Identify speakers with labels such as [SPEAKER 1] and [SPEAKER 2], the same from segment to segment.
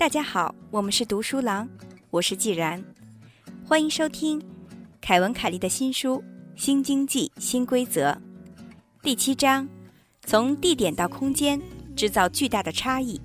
[SPEAKER 1] 大家好，我们是读书郎，我是既然，欢迎收听凯文凯利的新书《新经济新规则》第7章，从地点到空间，制造巨大的差异。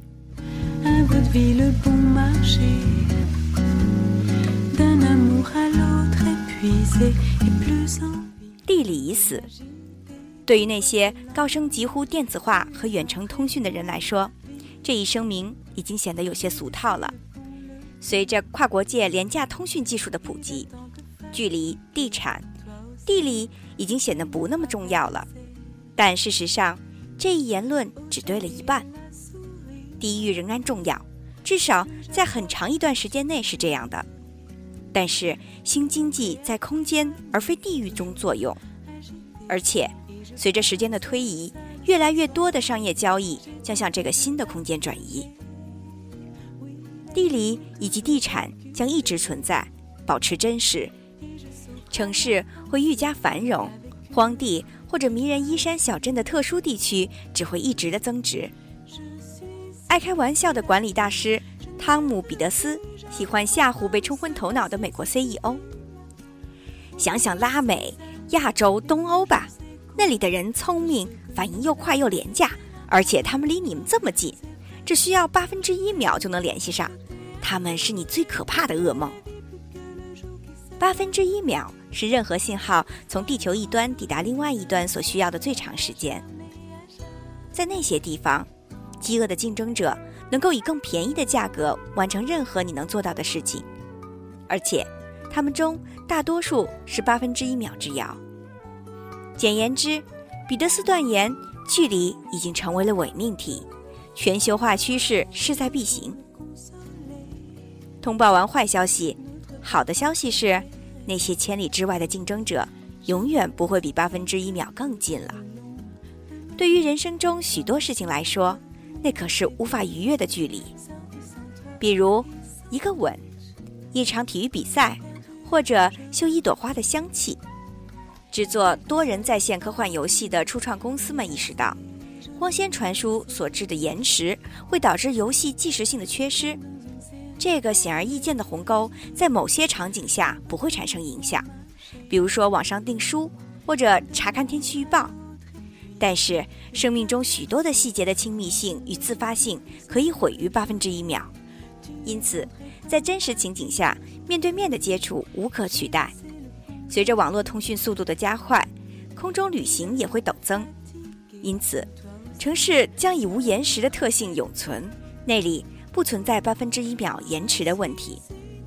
[SPEAKER 1] 地理已死。对于那些高声疾呼电子化和远程通讯的人来说，这一声明已经显得有些俗套了。随着跨国界廉价通讯技术的普及，距离、地产、地理已经显得不那么重要了。但事实上，这一言论只对了一半。地域仍然重要，至少在很长一段时间内是这样的。但是新经济在空间而非地域中作用，而且随着时间的推移，越来越多的商业交易将向这个新的空间转移。地理以及地产将一直存在，保持真实。城市会愈加繁荣，荒地或者迷人依山小镇的特殊地区只会一直的增值。爱开玩笑的管理大师汤姆·彼得斯喜欢吓唬被冲昏头脑的美国 CEO。 想想拉美、亚洲、东欧吧，那里的人聪明，反应又快又廉价，而且他们离你们这么近，只需要1/8秒就能联系上，他们是你最可怕的噩梦。1/8秒是任何信号从地球一端抵达另外一端所需要的最长时间。在那些地方，饥饿的竞争者能够以更便宜的价格完成任何你能做到的事情，而且他们中大多数是1/8秒之遥。简言之，彼得斯断言，距离已经成为了伪命题，全球化趋势势在必行。通报完坏消息，好的消息是，那些千里之外的竞争者永远不会比1/8秒更近了。对于人生中许多事情来说，那可是无法逾越的距离，比如一个吻，一场体育比赛，或者嗅一朵花的香气。制作多人在线科幻游戏的初创公司们意识到，光纤传输所致的延时会导致游戏即时性的缺失。这个显而易见的鸿沟在某些场景下不会产生影响，比如说网上订书或者查看天气预报。但是生命中许多的细节的亲密性与自发性可以毁于1/8秒，因此在真实情景下，面对面的接触无可取代。随着网络通讯速度的加快，空中旅行也会陡增，因此城市将以无延时的特性永存，那里不存在1/8秒延迟的问题。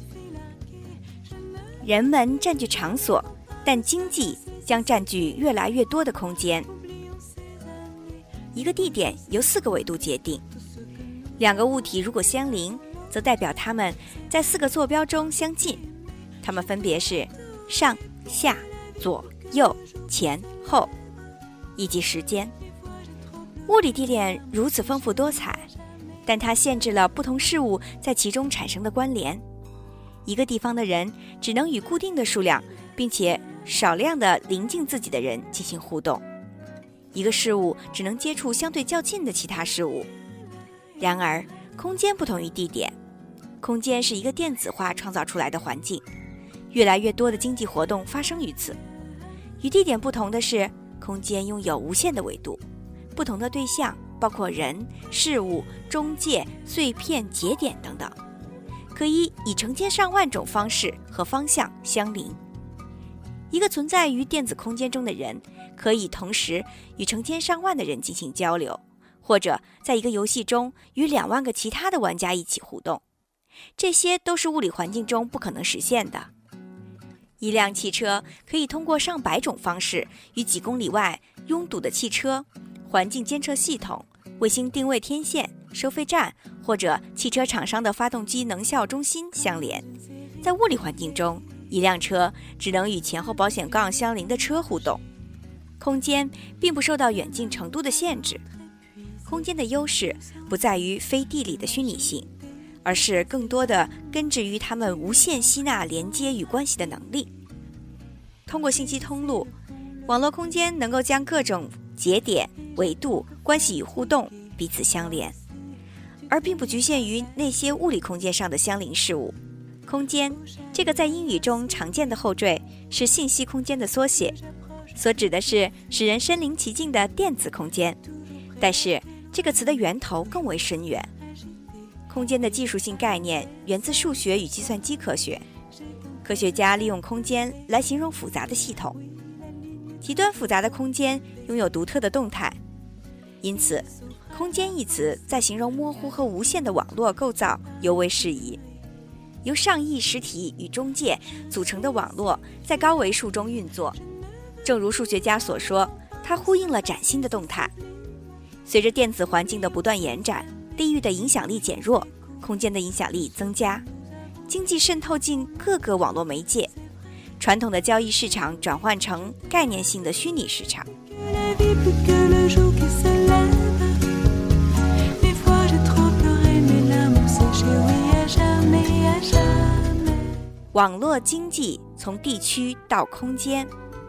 [SPEAKER 1] 人们占据场所，但经济将占据越来越多的空间。一个地点由4个纬度决定，2个物体如果相邻，则代表它们在4个坐标中相近，它们分别是上、下、左、右、前、后，以及时间。物理地点如此丰富多彩，但它限制了不同事物在其中产生的关联。一个地方的人只能与固定的数量并且少量的临近自己的人进行互动，一个事物只能接触相对较近的其他事物。然而空间不同于地点，空间是一个电子化创造出来的环境，越来越多的经济活动发生于此。与地点不同的是，空间拥有无限的维度，不同的对象包括人、事物、中介、碎片、节点等等，可以以成千上万种方式和方向相邻。一个存在于电子空间中的人，可以同时与成千上万的人进行交流，或者在一个游戏中与2万个其他的玩家一起互动，这些都是物理环境中不可能实现的。一辆汽车可以通过上百种方式与几公里外拥堵的汽车、环境监测系统、卫星定位天线、收费站或者汽车厂商的发动机能效中心相连。在物理环境中，一辆车只能与前后保险杠相邻的车互动。空间并不受到远近程度的限制，空间的优势不在于非地理的虚拟性，而是更多的根植于它们无限吸纳连接与关系的能力。通过信息通路，网络空间能够将各种节点、维度、关系与互动彼此相连， 而并不局限于那些物理空间上的相邻事物。空间这个在英语中常见的后缀是信息空间的缩写，所指的是使人身临其境的电子空间，但是这个词的源头更为深远。空间的技术性概念源自数学与计算机科学，科学家利用空间来形容复杂的系统。极端复杂的空间拥有独特的动态，因此空间一词在形容模糊和无限的网络构造尤为适宜。由上亿实体与中介组成的网络在高维数中运作，正如数学家所说，它呼应了崭新的动态。随着电子环境的不断延展，地域的影响力减弱，空间的影响力增加，经济渗透进各个网络媒介，传统的交易市场转换成概念性的虚拟市场。网络经济从地区到空间。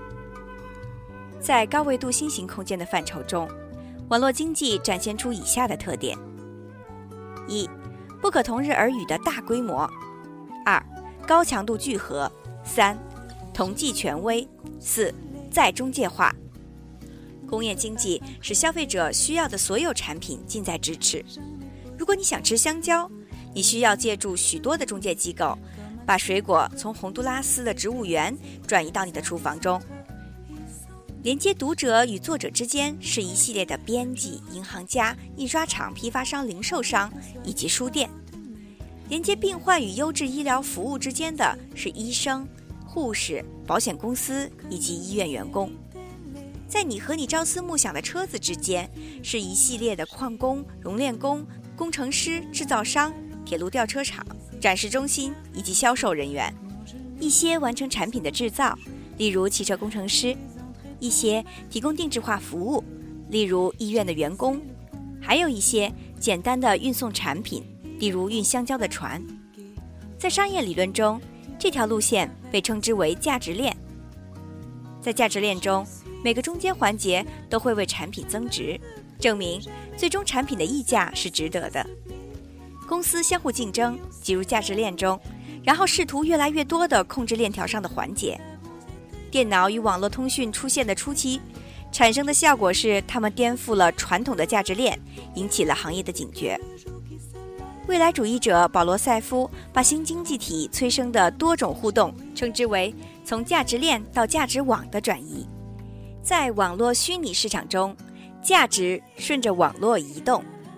[SPEAKER 1] 在高维度新型空间的范畴中，网络经济展现出以下的特点：一、不可同日而语的大规模；二、高强度聚合；三、统计权威；四、再中介化。工业经济使消费者需要的所有产品近在咫尺。如果你想吃香蕉，你需要借助许多的中介机构，把水果从洪都拉斯的植物园转移到你的厨房中。连接读者与作者之间是一系列的编辑、银行家、印刷厂、批发商、零售商以及书店。连接病患与优质医疗服务之间的是医生、护士、保险公司以及医院员工。在你和你朝思暮想的车子之间是一系列的矿工、熔炼工、工程师、制造商、铁路吊车厂、展示中心以及销售人员。一些完成产品的制造，例如汽车工程师；一些提供定制化服务，例如医院的员工；还有一些简单的运送产品，例如运香蕉的船。在商业理论中，这条路线被称之为价值链。在价值链中，每个中间环节都会为产品增值，证明最终产品的溢价是值得的。公司相互竞争，挤入价值链中，然后试图越来越多地控制链条上的环节。电脑与网络通讯出现的初期，产生的效果是它们颠覆了传统的价值链，引起了行业的警觉。未来主义者保罗·塞夫把新经济体催生的多种互动称之为从价值链到价值网的转移。在网络虚拟市场中，价值顺着网络移动。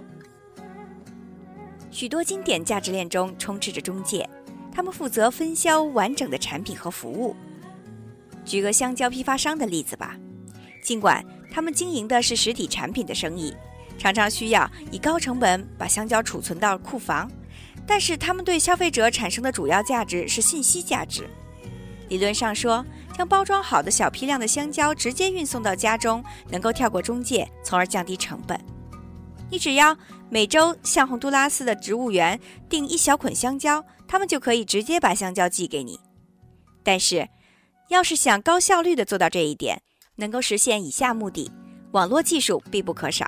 [SPEAKER 1] 许多经典价值链中充斥着中介，他们负责分销完整的产品和服务。举个香蕉批发商的例子吧，尽管他们经营的是实体产品的生意，常常需要以高成本把香蕉储存到库房，但是他们对消费者产生的主要价值是信息价值。理论上说，将包装好的小批量的香蕉直接运送到家中，能够跳过中介，从而降低成本。你只要每周向洪都拉斯的植物园订一小捆香蕉，他们就可以直接把香蕉寄给你。但是要是想高效率地做到这一点，能够实现以下目的，网络技术必不可少。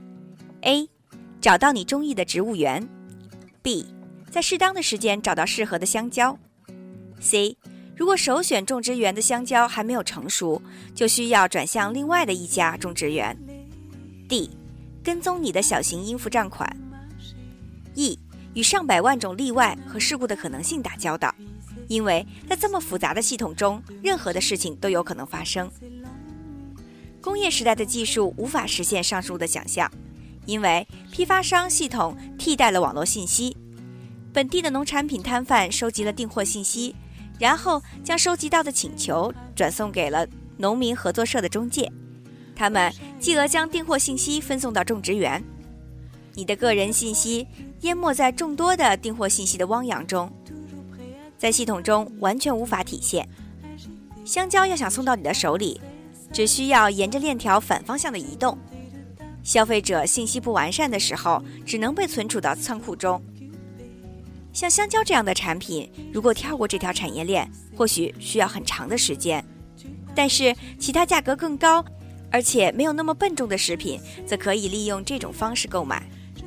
[SPEAKER 1] A. 找到你中意的植物园。 B. 在适当的时间找到适合的香蕉。 C. 如果首选种植园的香蕉还没有成熟，就需要转向另外的一家种植园。 D. 跟踪你的小型应付账款。 E. 与上百万种例外和事故的可能性打交道，因为在这么复杂的系统中，任何的事情都有可能发生。工业时代的技术无法实现上述的想象，因为批发商系统替代了网络信息。本地的农产品摊贩收集了订货信息，然后将收集到的请求转送给了农民合作社的中介，他们继而将订货信息分送到种植园。你的个人信息淹没在众多的订货信息的汪洋中，在系统中完全无法体现。香蕉要想送到你的手里，只需要沿着链条反方向的移动。消费者信息不完善的时候，只能被存储到仓库中。像香蕉这样的产品，如果跳过这条产业链，或许需要很长的时间。但是其他价格更高，而且没有那么笨重的食品，则可以利用这种方式购买。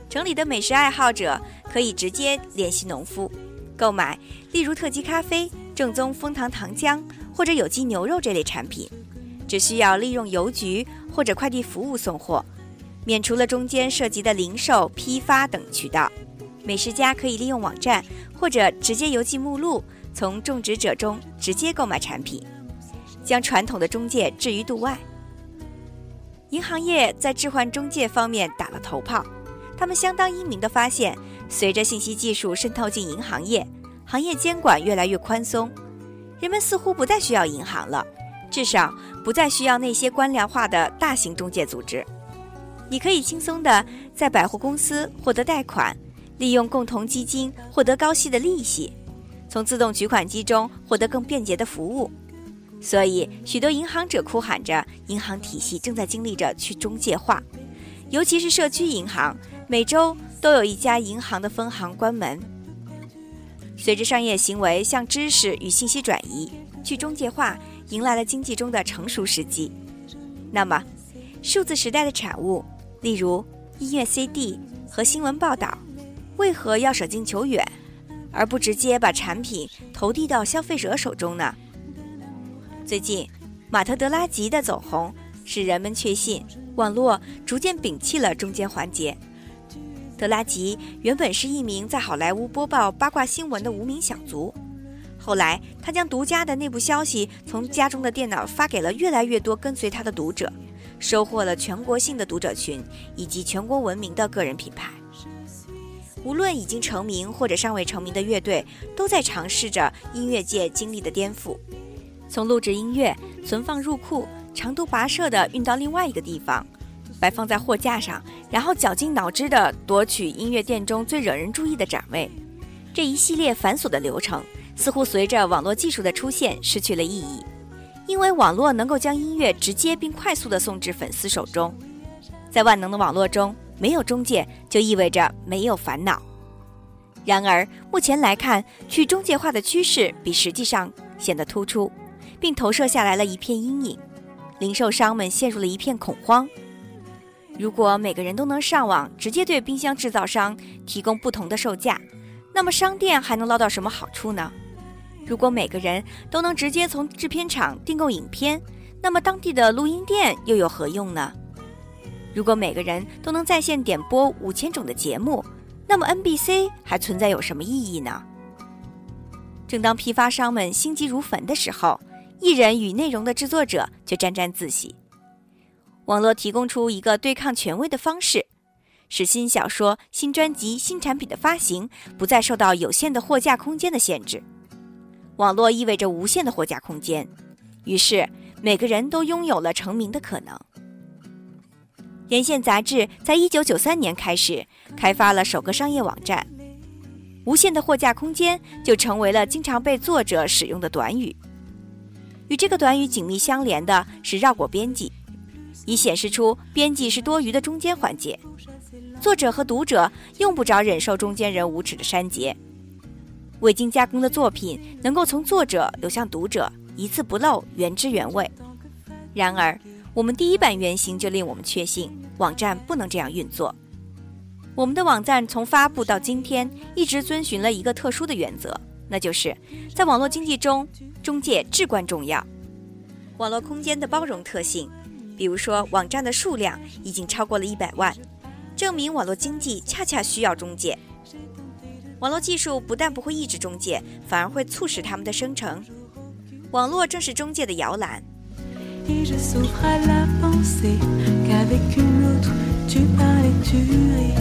[SPEAKER 1] 城里的美食爱好者可以直接联系农夫，购买例如特级咖啡、正宗枫糖糖浆或者有机牛肉这类产品，只需要利用邮局或者快递服务送货，免除了中间涉及的零售、批发等渠道。美食家可以利用网站或者直接邮寄目录，从种植者中直接购买产品，将传统的中介置于度外。银行业在置换中介方面打了头炮，他们相当英明地发现，随着信息技术渗透进银行业，行业监管越来越宽松，人们似乎不再需要银行了，至少不再需要那些官僚化的大型中介组织。你可以轻松地在百货公司获得贷款，利用共同基金获得高息的利息，从自动取款机中获得更便捷的服务。所以许多银行者哭喊着，银行体系正在经历着去中介化，尤其是社区银行，每周都有一家银行的分行关门。随着商业行为向知识与信息转移，去中介化迎来了经济中的成熟时机。那么数字时代的产物，例如音乐 CD 和新闻报道，为何要舍近求远，而不直接把产品投递到消费者手中呢？最近马特·德拉吉的走红使人们确信网络逐渐摒弃了中间环节。德拉吉原本是一名在好莱坞播报八卦新闻的无名小卒，后来他将独家的内部消息从家中的电脑发给了越来越多跟随他的读者，收获了全国性的读者群以及全国闻名的个人品牌。无论已经成名或者尚未成名的乐队，都在尝试着音乐界经历的颠覆，从录制音乐、存放入库，长途跋涉地运到另外一个地方，摆放在货架上，然后绞尽脑汁地夺取音乐店中最惹人注意的展位。这一系列繁琐的流程似乎随着网络技术的出现失去了意义，因为网络能够将音乐直接并快速地送至粉丝手中。在万能的网络中，没有中介就意味着没有烦恼。然而目前来看，去中介化的趋势比实际上显得突出，并投射下来了一片阴影，零售商们陷入了一片恐慌。如果每个人都能上网直接对冰箱制造商提供不同的售价，那么商店还能捞到什么好处呢？如果每个人都能直接从制片厂订购影片，那么当地的录音店又有何用呢？如果每个人都能在线点播5000种的节目，那么 NBC 还存在有什么意义呢？正当批发商们心急如焚的时候，艺人与内容的制作者却沾沾自喜。网络提供出一个对抗权威的方式，使新小说、新专辑、新产品的发行不再受到有限的货架空间的限制。网络意味着无限的货架空间，于是每个人都拥有了成名的可能。连线杂志在1993年开始开发了首个商业网站，无限的货架空间就成为了经常被作者使用的短语。与这个短语紧密相连的是绕过编辑，以显示出编辑是多余的中间环节，作者和读者用不着忍受中间人无耻的删节。未经加工的作品能够从作者流向读者，一字不漏，原汁原味。然而我们第一版原型就令我们确信网站不能这样运作。我们的网站从发布到今天一直遵循了一个特殊的原则，那就是在网络经济中，中介至关重要。网络空间的包容特性，比如说网站的数量已经超过了100万，证明网络经济恰恰需要中介。网络技术不但不会抑制中介，反而会促使他们的生成。网络正是中介的摇篮。Et je souffre à la pensée qu'avec une autre tu parles et tu ris.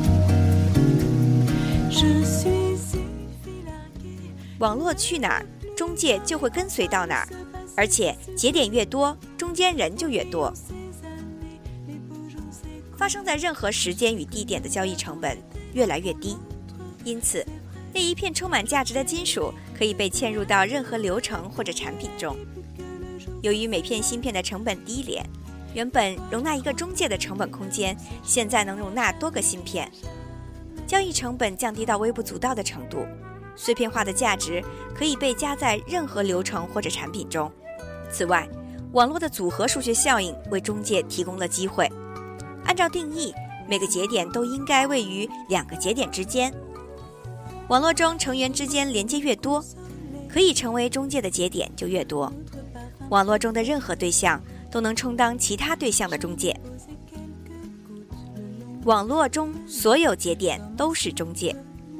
[SPEAKER 1] Je suis une fille larguée. 网络去哪儿，中介就会跟随到哪儿，而且节点越多，中间人就越多。发生在任何时间与地点的交易成本越来越低，因此那一片充满价值的金属可以被嵌入到任何流程或者产品中。由于每片芯片的成本低廉，原本容纳一个中介的成本空间，现在能容纳多个芯片，交易成本降低到微不足道的程度，碎片化的价值可以被加在任何流程或者产品中。此外，网络的组合数学效应为中介提供了机会。按照定义， 每个节点都应该位于2个节点之间。网络中成员之间连接越多，可以成为中介的节点就越多。网络中的任何对象都能充当其他对象的中介。网络中所有节点都是中介。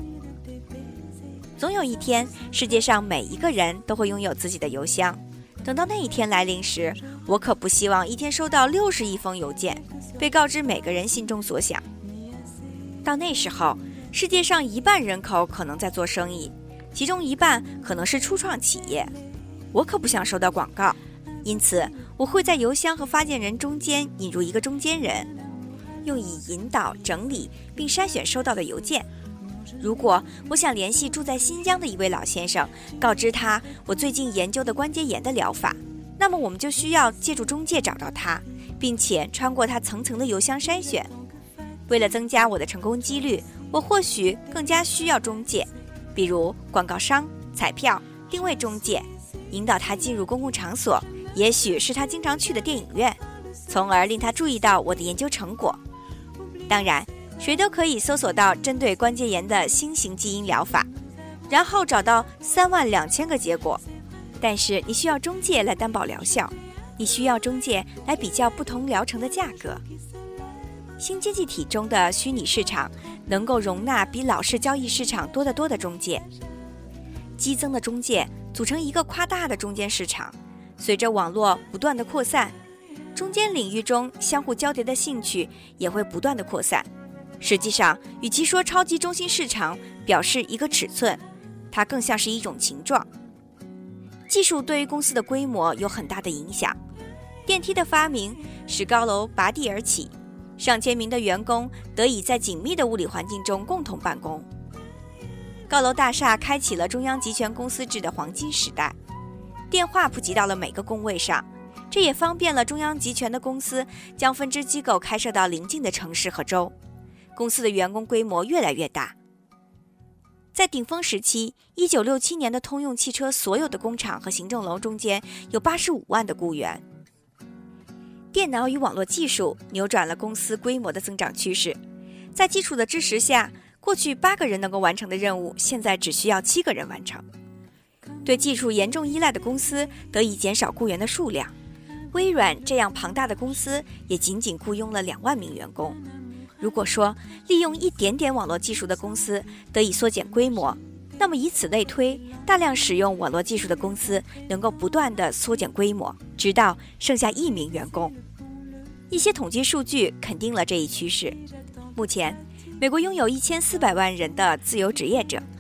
[SPEAKER 1] 总有一天，世界上每一个人都会拥有自己的邮箱。等到那一天来临时，我可不希望一天收到60亿封邮件，被告知每个人心中所想。到那时候，世界上1半人口可能在做生意，其中1半可能是初创企业。我可不想收到广告，因此我会在邮箱和发件人中间引入一个中间人，用以引导、整理并筛选收到的邮件。如果我想联系住在新疆的一位老先生，告知他我最近研究的关节炎的疗法，那么我们就需要借助中介找到他，并且穿过他层层的邮箱筛选。为了增加我的成功几率，我或许更加需要中介，比如广告商、彩票、定位中介，引导他进入公共场所，也许是他经常去的电影院，从而令他注意到我的研究成果。当然，谁都可以搜索到针对关节炎的新型基因疗法，然后找到32000个结果。但是你需要中介来担保疗效，你需要中介来比较不同疗程的价格。新经济体中的虚拟市场能够容纳比老式交易市场多得多的中介。激增的中介组成一个夸大的中间市场，随着网络不断的扩散，中间领域中相互交叠的兴趣也会不断的扩散。实际上，与其说超级中心市场表示一个尺寸，它更像是一种形状。技术对于公司的规模有很大的影响。电梯的发明使高楼拔地而起，上千名的员工得以在紧密的物理环境中共同办公。高楼大厦开启了中央集权公司制的黄金时代，电话普及到了每个工位上，这也方便了中央集权的公司将分支机构开设到邻近的城市和州。公司的员工规模越来越大。在顶峰时期，1967年的通用汽车所有的工厂和行政楼中间有85万的雇员。电脑与网络技术扭转了公司规模的增长趋势。在基础的支持下，过去8个人能够完成的任务，现在只需要7个人完成。对技术严重依赖的公司得以减少雇员的数量。微软这样庞大的公司也仅仅雇佣了2万名员工。如果说利用一点点网络技术的公司得以缩减规模，那么以此类推，大量使用网络技术的公司能够不断地缩减规模，直到剩下1名员工。一些统计数据肯定了这一趋势。目前，美国拥有1400万人的自由职业者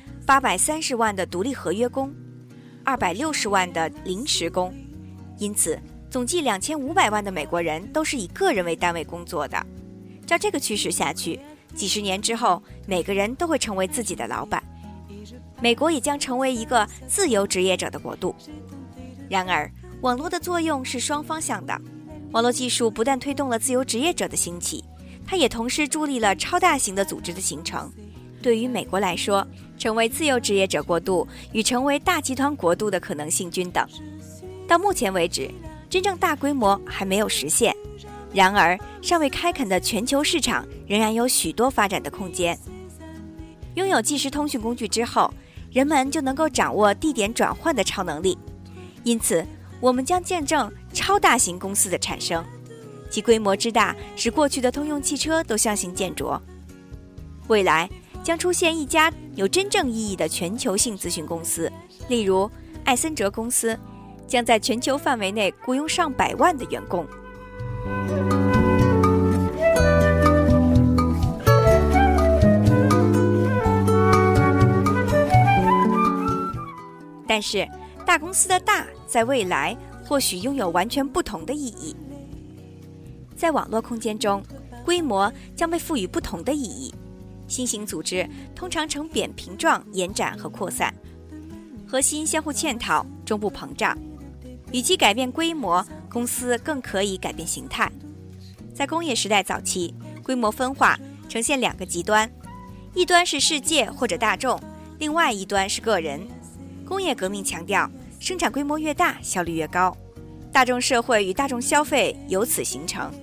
[SPEAKER 1] ，830万的独立合约工，260万的临时工，因此总计2500万的美国人都是以个人为单位工作的。照这个趋势下去，几十年之后，每个人都会成为自己的老板，美国也将成为一个自由职业者的国度。然而，网络的作用是双方向的，网络技术不但推动了自由职业者的兴起，它也同时助力了超大型的组织的形成。对于美国来说，成为自由职业者国度与成为大集团国度的可能性均等。到目前为止，真正大规模还没有实现。然而，尚未开垦的全球市场仍然有许多发展的空间。拥有即时通讯工具之后，人们就能够掌握地点转换的超能力。因此，我们将见证超大型公司的产生，其规模之大使过去的通用汽车都相形见绌。未来将出现一家有真正意义的全球性咨询公司，例如艾森哲公司，将在全球范围内雇佣上百万的员工。但是，大公司的大在未来或许拥有完全不同的意义。在网络空间中，规模将被赋予不同的意义。新型组织通常呈扁平状延展和扩散，核心相互嵌套，中部膨胀。与其改变规模，公司更可以改变形态。在工业时代早期，规模分化呈现2个极端，一端是世界或者大众，另外一端是个人。工业革命强调生产规模越大，效率越高，大众社会与大众消费由此形成。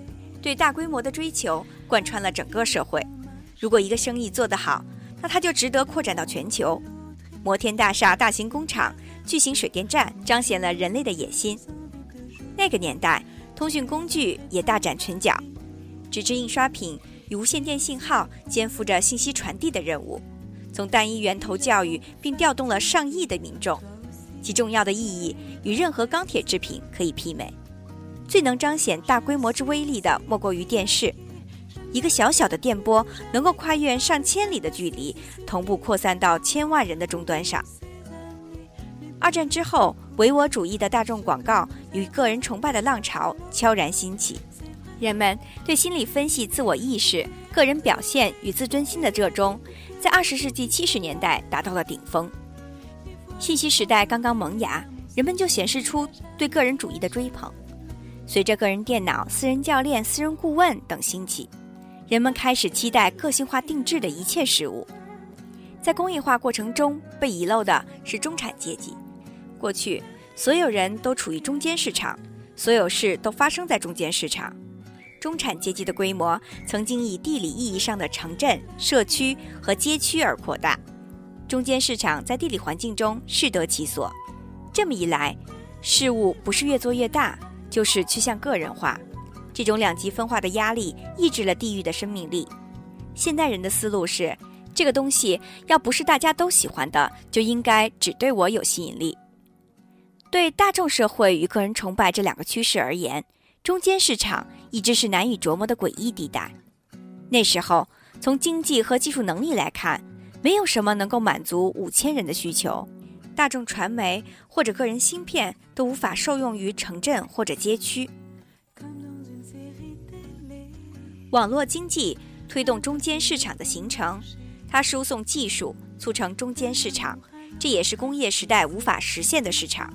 [SPEAKER 1] 对大规模的追求贯穿了整个社会。如果一个生意做得好，那它就值得扩展到全球。摩天大厦、大型工厂、巨型水电站彰显了人类的野心。那个年代，通讯工具也大展拳脚，纸质印刷品与无线电信号肩负着信息传递的任务，从单一源头教育并调动了上亿的民众，其重要的意义与任何钢铁制品可以媲美。最能彰显大规模之威力的莫过于电视，一个小小的电波能够跨越上千里的距离，同步扩散到千万人的终端上。二战之后，唯我主义的大众广告与个人崇拜的浪潮悄然兴起，人们对心理分析、自我意识、个人表现与自尊心的热衷，在20世纪70年代达到了顶峰。信息时代刚刚萌芽，人们就显示出对个人主义的追捧。随着个人电脑、私人教练、私人顾问等兴起，人们开始期待个性化定制的一切事物。在工业化过程中被遗漏的是中产阶级。过去，所有人都处于中间市场，所有事都发生在中间市场。中产阶级的规模曾经以地理意义上的城镇、社区和街区而扩大。中间市场在地理环境中适得其所。这么一来，事物不是越做越大，就是趋向个人化。这种两极分化的压力抑制了地域的生命力。现代人的思路是，这个东西要不是大家都喜欢的，就应该只对我有吸引力。对大众社会与个人崇拜这两个趋势而言，中间市场一直是难以琢磨的诡异地带。那时候，从经济和技术能力来看，没有什么能够满足5000人的需求。大众传媒或者个人芯片都无法受用于城镇或者街区。网络经济推动中间市场的形成，它输送技术，促成中间市场，这也是工业时代无法实现的市场。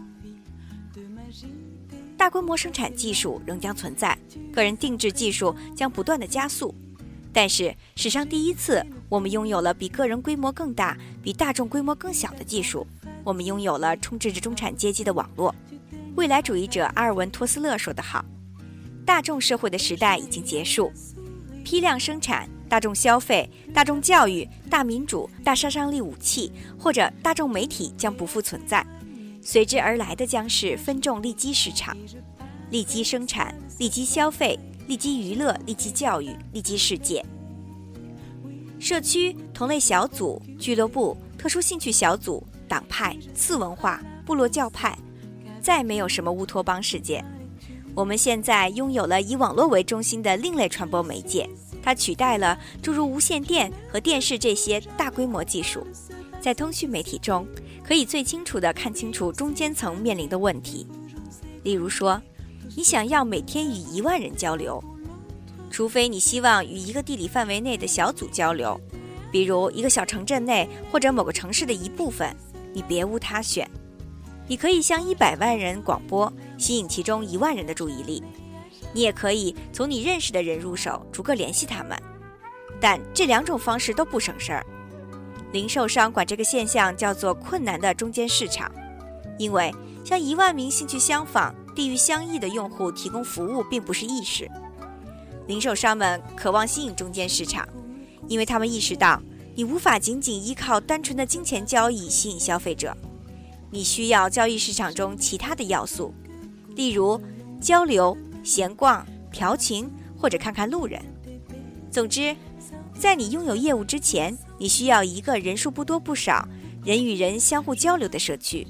[SPEAKER 1] 大规模生产技术仍将存在，个人定制技术将不断的加速，但是史上第一次，我们拥有了比个人规模更大、比大众规模更小的技术，我们拥有了充斥着中产阶级的网络。未来主义者阿尔文·托斯勒说得好，大众社会的时代已经结束，批量生产、大众消费、大众教育、大民主、大杀伤力武器或者大众媒体将不复存在，随之而来的将是分众利基市场，利基生产、利基消费、利基娱乐、利基教育、利基世界。社区、同类小组、俱乐部、特殊兴趣小组、党派、次文化、部落教派，再没有什么乌托邦世界。我们现在拥有了以网络为中心的另类传播媒介，它取代了诸如无线电和电视这些大规模技术。在通讯媒体中，可以最清楚地看清楚中间层面临的问题。例如说，你想要每天与1万人交流，除非你希望与一个地理范围内的小组交流，比如一个小城镇内或者某个城市的一部分，你别无他选。你可以向100万人广播，吸引其中1万人的注意力。你也可以从你认识的人入手，逐个联系他们。但这2种方式都不省事儿。零售商管这个现象叫做困难的中间市场，因为向1万名兴趣相仿、地域相异的用户提供服务并不是易事。零售商们渴望吸引中间市场，因为他们意识到你无法仅仅依靠单纯的金钱交易吸引消费者，你需要交易市场中其他的要素，例如交流、闲逛、调情或者看看路人。总之，在你拥有业务之前，你需要一个人数不多不少、人与人相互交流的社区。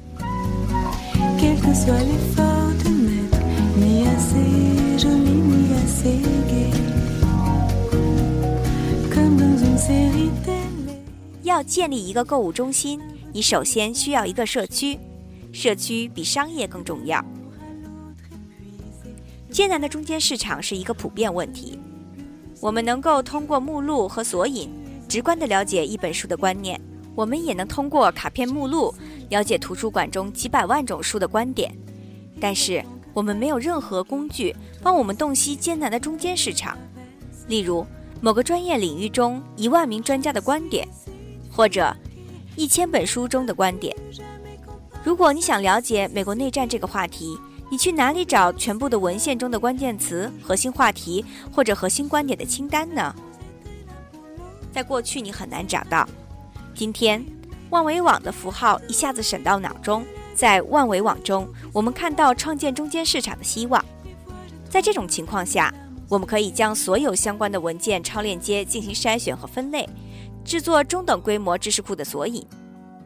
[SPEAKER 1] 要建立一个购物中心，你首先需要一个社区，社区比商业更重要。艰难的中间市场是一个普遍问题。我们能够通过目录和索引直观地了解一本书的观念，我们也能通过卡片目录了解图书馆中几百万种书的观点，但是我们没有任何工具帮我们洞悉艰难的中间市场，例如某个专业领域中1万名专家的观点，或者1000本书中的观点。如果你想了解美国内战这个话题， 你去哪里找全部的文献中的关键词、核心话题或者核心观点的清单呢？在过去你很难找到，今天万维网的符号一下子闪到脑中，在万维网中，我们看到创建中间市场的希望。在这种情况下，我们可以将所有相关的文件超链接进行筛选和分类，制作中等规模知识库的索引。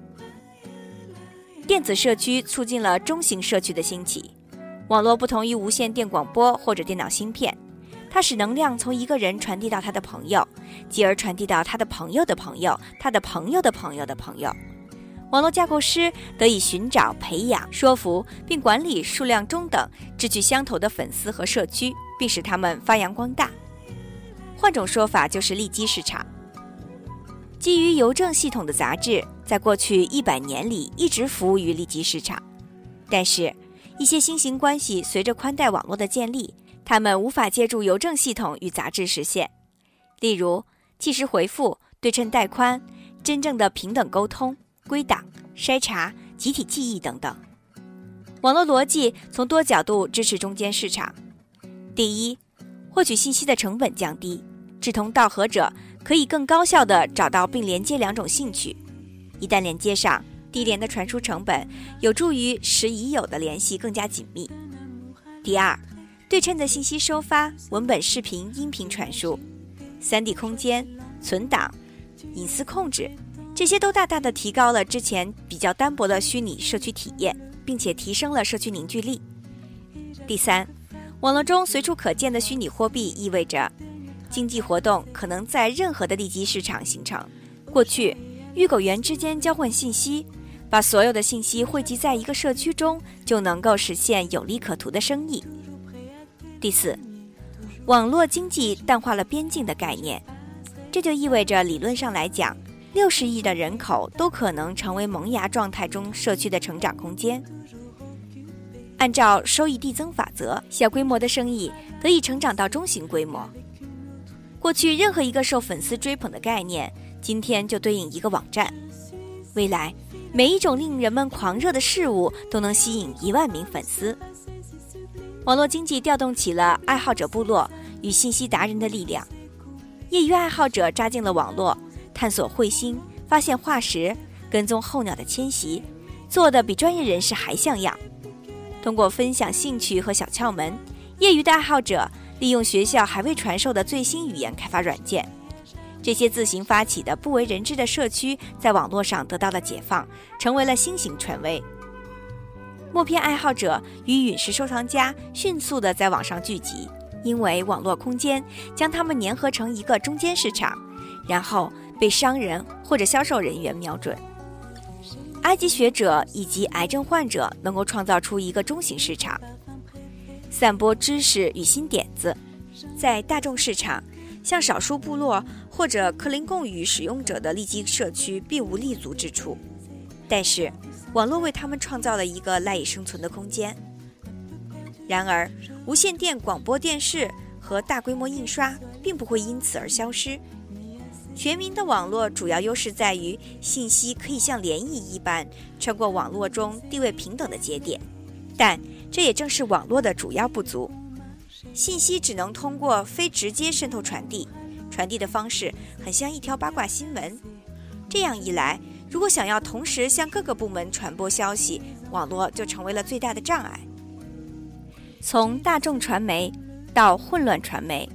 [SPEAKER 1] 电子社区促进了中型社区的兴起。网络不同于无线电广播或者电脑芯片，它使能量从一个人传递到他的朋友，继而传递到他的朋友的朋友，他的朋友的朋友的朋友。网络架构师得以寻找、培养、说服并管理数量中等、志趣相投的粉丝和社区，并使他们发扬光大。换种说法就是利基市场。基于邮政系统的杂志在过去100年里一直服务于利基市场，但是一些新型关系随着宽带网络的建立，它们无法借助邮政系统与杂志实现，例如即时回复、对称带宽、真正的平等沟通、归档、筛查、集体记忆等等。网络逻辑从多角度支持中间市场。第一，获取信息的成本降低，志同道合者可以更高效地找到并连接两种兴趣，一旦连接上，低廉的传输成本有助于使已有的联系更加紧密。第二，对称的信息收发、文本、视频、音频传输、3D 空间、存档、隐私控制，这些都大大地提高了之前比较单薄的虚拟社区体验，并且提升了社区凝聚力。第三，网络中随处可见的虚拟货币意味着经济活动可能在任何的利基市场形成。过去，预购员之间交换信息，把所有的信息汇集在一个社区中，就能够实现有利可图的生意。第四，网络经济淡化了边境的概念，这就意味着理论上来讲，60亿的人口都可能成为萌芽状态中社区的成长空间。按照收益递增法则，小规模的生意得以成长到中型规模。过去任何一个受粉丝追捧的概念，今天就对应一个网站。未来每一种令人们狂热的事物都能吸引1万名粉丝。网络经济调动起了爱好者部落与信息达人的力量，业余爱好者扎进了网络，探索彗星，发现化石，跟踪候鸟的迁徙，做得比专业人士还像样。通过分享兴趣和小窍门，业余的爱好者利用学校还未传授的最新语言开发软件。这些自行发起的不为人知的社区在网络上得到了解放，成为了新型权威。默片爱好者与陨石收藏家迅速地在网上聚集，因为网络空间将它们粘合成一个中间市场，然后被商人或者销售人员瞄准。埃及学者以及癌症患者能够创造出一个中型市场，散播知识与新点子。在大众市场，像少数部落或者克林贡语使用者的利基社区并无立足之处，但是网络为他们创造了一个赖以生存的空间。然而，无线电广播电视和大规模印刷并不会因此而消失。全民的网络主要优势在于信息可以像涟漪一般穿过网络中地位平等的节点，但这也正是网络的主要不足。信息只能通过非直接渗透传递，传递的方式很像一条八卦新闻。这样一来，如果想要同时向各个部门传播消息，网络就成为了最大的障碍。从大众传媒到混乱传媒，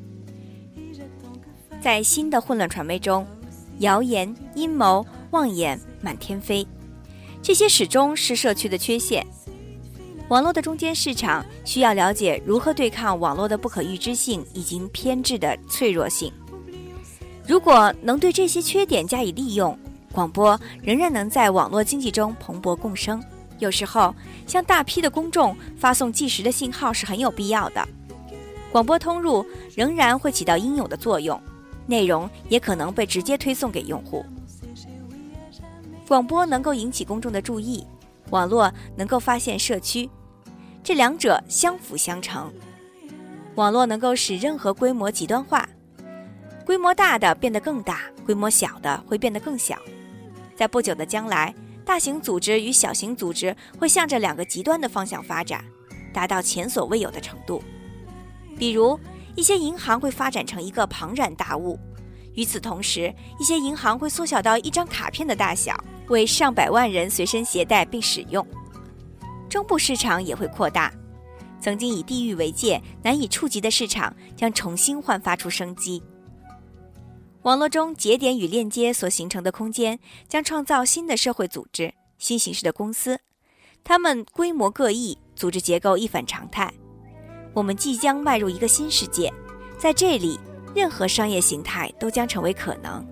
[SPEAKER 1] 在新的混乱传媒中，谣言、阴谋、妄言满天飞，这些始终是社区的缺陷。网络的中间市场需要了解如何对抗网络的不可预知性以及偏执的脆弱性。如果能对这些缺点加以利用，广播仍然能在网络经济中蓬勃共生。有时候，向大批的公众发送即时的信号是很有必要的。广播通路仍然会起到应有的作用，内容也可能被直接推送给用户。广播能够引起公众的注意，网络能够发现社区，这两者相辅相成。网络能够使任何规模极端化，规模大的变得更大，规模小的会变得更小。在不久的将来，大型组织与小型组织会向着两个极端的方向发展。 达到前所未有的程度。比如，一些银行会发展成一个庞然大物，与此同时，一些银行会缩小到一张卡片的大小，为上百万人随身携带并使用。中部市场也会扩大，曾经以地域为界难以触及的市场将重新焕发出生机。网络中节点与链接所形成的空间将创造新的社会组织、新形式的公司，它们规模各异，组织结构一反常态。我们即将迈入一个新世界，在这里，任何商业形态都将成为可能。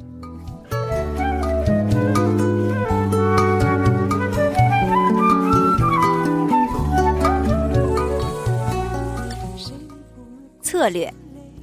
[SPEAKER 1] 策略。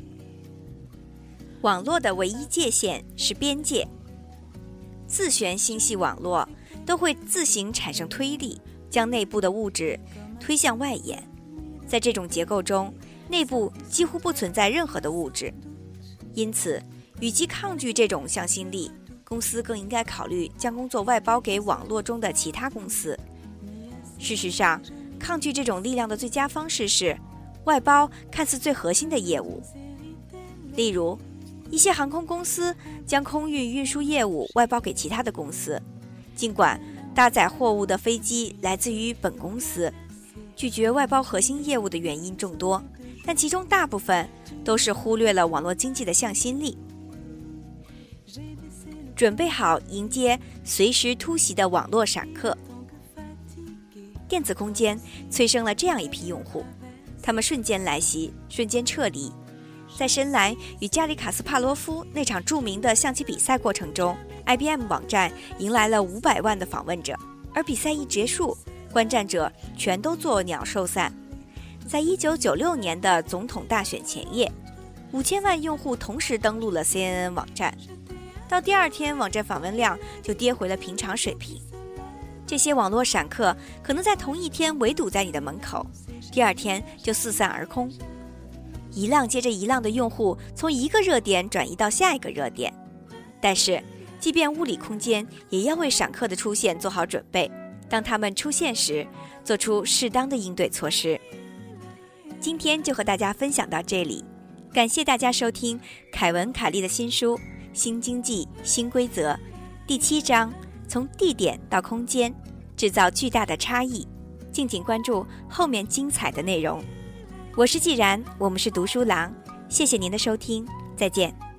[SPEAKER 1] 网络的唯一界限是边界。自旋星系网络都会自行产生推力，将内部的物质推向外延。在这种结构中，内部几乎不存在任何的物质。因此，与其抗拒这种向心力，公司更应该考虑将工作外包给网络中的其他公司。事实上，抗拒这种力量的最佳方式是外包看似最核心的业务。例如，一些航空公司将空运运输业务外包给其他的公司，尽管搭载货物的飞机来自于本公司。拒绝外包核心业务的原因众多，但其中大部分都是忽略了网络经济的向心力。准备好迎接随时突袭的网络闪客。电子空间催生了这样一批用户，他们瞬间来袭，瞬间撤离。在深蓝与加里卡斯帕罗夫那场著名的象棋比赛过程中， IBM 网站迎来了500万的访问者，而比赛一结束，观战者全都作鸟兽散。在1996年的总统大选前夜，5000万用户同时登录了 CNN 网站，到第二天网站访问量就跌回了平常水平。这些网络闪客可能在同一天围堵在你的门口，第二天就四散而空。一浪接着一浪的用户从一个热点转移到下一个热点，但是即便物理空间也要为闪客的出现做好准备，当他们出现时做出适当的应对措施。今天就和大家分享到这里，感谢大家收听凯文·卡利的新书《新经济新规则》第7章，从地点到空间，制造巨大的差异。敬请关注后面精彩的内容。我是既然，我们是读书郎，谢谢您的收听，再见。